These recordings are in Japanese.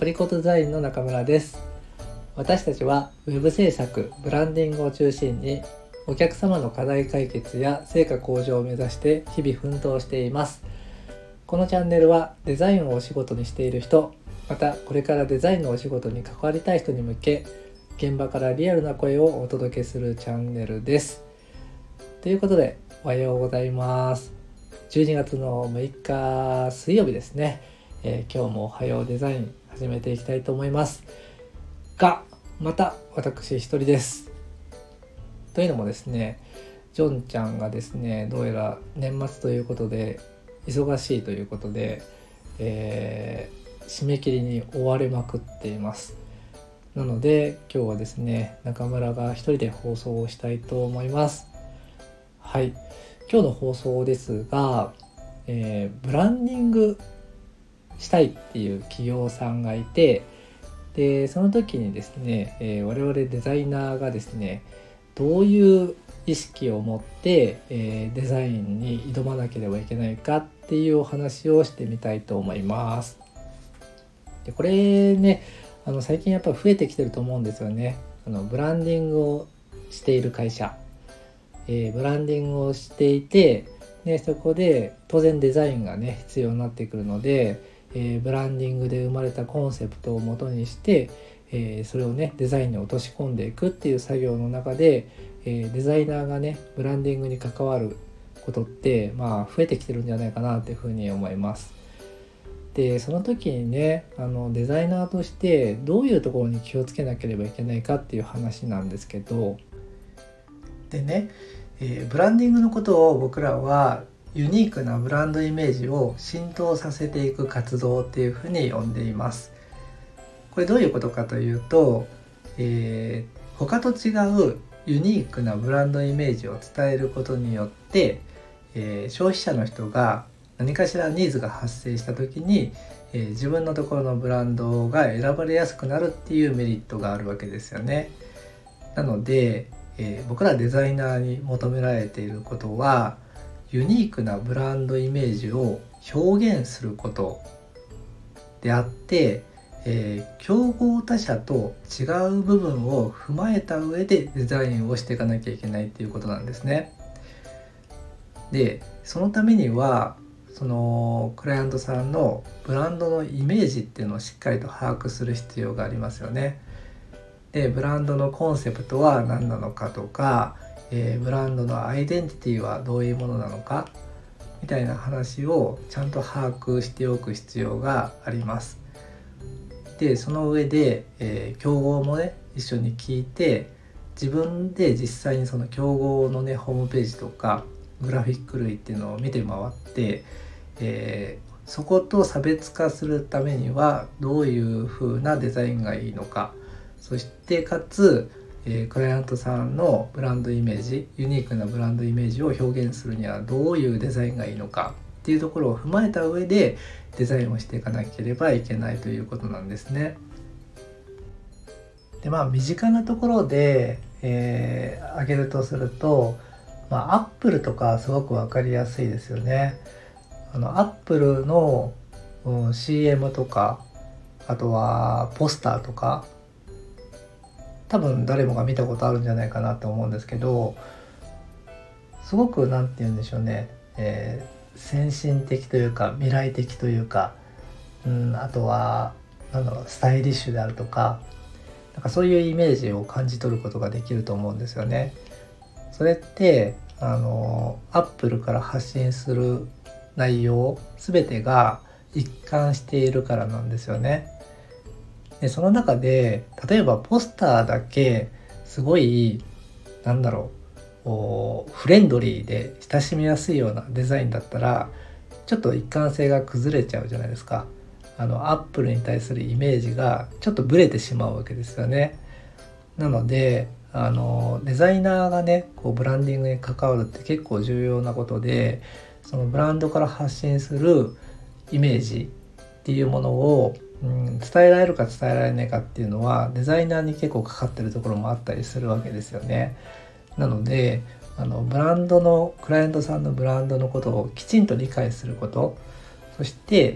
コリコデザインの中村です。私たちはウェブ制作、ブランディングを中心にお客様の課題解決や成果向上を目指して日々奮闘しています。このチャンネルはデザインをお仕事にしている人、またこれからデザインのお仕事に関わりたい人に向け、現場からリアルな声をお届けするチャンネルです。ということでおはようございます。12月の6日水曜日ですね。今日もおはようデザイン始めていきたいと思いますが、また私一人です。というのもですね、ジョンちゃんがですね、どうやら年末ということで忙しいということで、締め切りに追われまくっています。なので今日はですね、中村が一人で放送をしたいと思います。はい、今日の放送ですが、ブランディングしたいっていう企業さんがいて、でその時にですね、我々デザイナーがですね、どういう意識を持って、デザインに挑まなければいけないかっていうお話をしてみたいと思います。でこれね、最近やっぱり増えてきてると思うんですよね。ブランディングをしている会社、ブランディングをしていて、でそこで当然デザインがね必要になってくるので、ブランディングで生まれたコンセプトを元にして、それをねデザインに落とし込んでいくっていう作業の中で、デザイナーがねブランディングに関わることって増えてきてるんじゃないかなというふうに思います。でその時にね、デザイナーとしてどういうところに気をつけなければいけないかっていう話なんですけど、でね、ブランディングのことを僕らはユニークなブランドイメージを浸透させていく活動っていうふうに呼んでいます。これどういうことかというと、他と違うユニークなブランドイメージを伝えることによって、消費者の人が何かしらニーズが発生した時に、自分のところのブランドが選ばれやすくなるっていうメリットがあるわけですよね。なので、僕らデザイナーに求められていることは、ユニークなブランドイメージを表現することであって、競合他社と違う部分を踏まえた上でデザインをしていかなきゃいけないっていうことなんですね。でそのためには、そのクライアントさんのブランドのイメージっていうのをしっかりと把握する必要がありますよね。でブランドのコンセプトは何なのかとか、ブランドのアイデンティティはどういうものなのかみたいな話をちゃんと把握しておく必要があります。でその上で、競合もね一緒に聞いて、自分で実際にその競合のねホームページとかグラフィック類っていうのを見て回って、そこと差別化するためにはどういう風なデザインがいいのか、そしてかつ、クライアントさんのブランドイメージ、ユニークなブランドイメージを表現するにはどういうデザインがいいのかっていうところを踏まえた上でデザインをしていかなければいけないということなんですね。で身近なところで、挙げるとすると、アップルとかすごく分かりやすいですよね。アップルの、CM とか、あとはポスターとか、多分誰もが見たことあるんじゃないかなと思うんですけど、すごくなんて言うんでしょうね、先進的というか未来的というか、あとはスタイリッシュであるとか、そういうイメージを感じ取ることができると思うんですよね。それってアップルから発信する内容全てが一貫しているからなんですよね。でその中で例えばポスターだけすごいフレンドリーで親しみやすいようなデザインだったら、ちょっと一貫性が崩れちゃうじゃないですか。アップルに対するイメージがちょっとブレてしまうわけですよね。なのでデザイナーがねブランディングに関わるって結構重要なことで、そのブランドから発信するイメージっていうものを、伝えられるか伝えられないかっていうのはデザイナーに結構かかってるところもあったりするわけですよね。なのでブランドのクライアントさんのブランドのことをきちんと理解すること、 そして、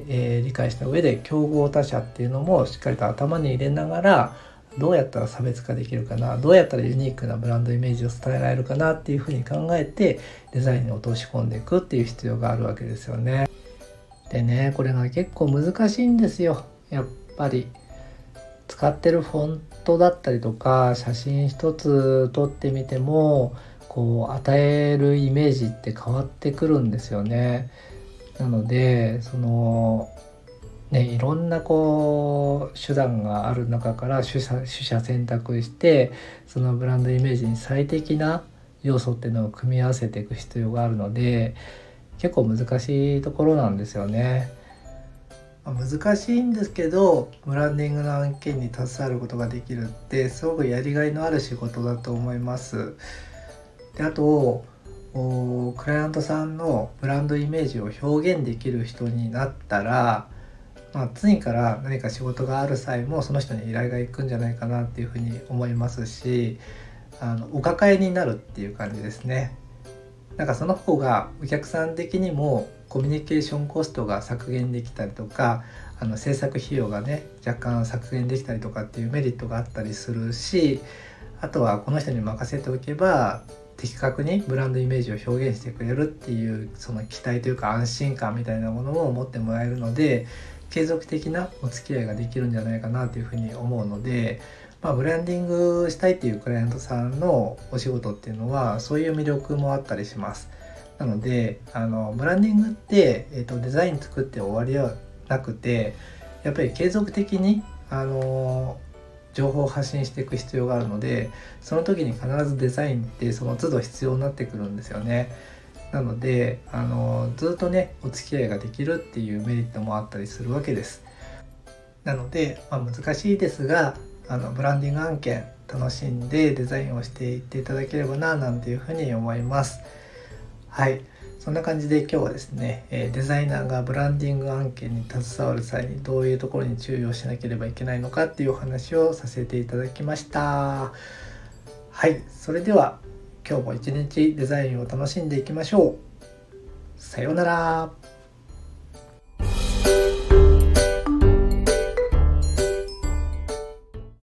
理解した上で競合他社っていうのもしっかりと頭に入れながら、どうやったら差別化できるかな、どうやったらユニークなブランドイメージを伝えられるかなっていうふうに考えてデザインに落とし込んでいくっていう必要があるわけですよね。でね、これが結構難しいんですよ。やっぱり使ってるフォントだったりとか写真一つ撮ってみてもこう与えるイメージって変わってくるんですよね。なのでいろんな手段がある中から取捨選択してそのブランドイメージに最適な要素っていうのを組み合わせていく必要があるので、結構難しいところなんですよね。難しいんですけど、ブランディングの案件に携わることができるってすごくやりがいのある仕事だと思います。で、あとクライアントさんのブランドイメージを表現できる人になったら、次から何か仕事がある際もその人に依頼が行くんじゃないかなっていうふうに思いますし、お抱えになるっていう感じですね。その方がお客さん的にもコミュニケーションコストが削減できたりとか、制作費用がね若干削減できたりとかっていうメリットがあったりするし、あとはこの人に任せておけば的確にブランドイメージを表現してくれるっていうその期待というか安心感みたいなものを持ってもらえるので、継続的なお付き合いができるんじゃないかなというふうに思うので、ブランディングしたいっていうクライアントさんのお仕事っていうのはそういう魅力もあったりします。なのでブランディングって、デザイン作って終わりはなくて、やっぱり継続的に情報を発信していく必要があるので、その時に必ずデザインってその都度必要になってくるんですよね。なのでずっとねお付き合いができるっていうメリットもあったりするわけです。なので、難しいですがブランディング案件楽しんでデザインをしていっていただければななんていうふうに思います。はい、そんな感じで今日はですね、デザイナーがブランディング案件に携わる際にどういうところに注意をしなければいけないのかっていうお話をさせていただきました。はい、それでは今日も一日デザインを楽しんでいきましょう。さようなら。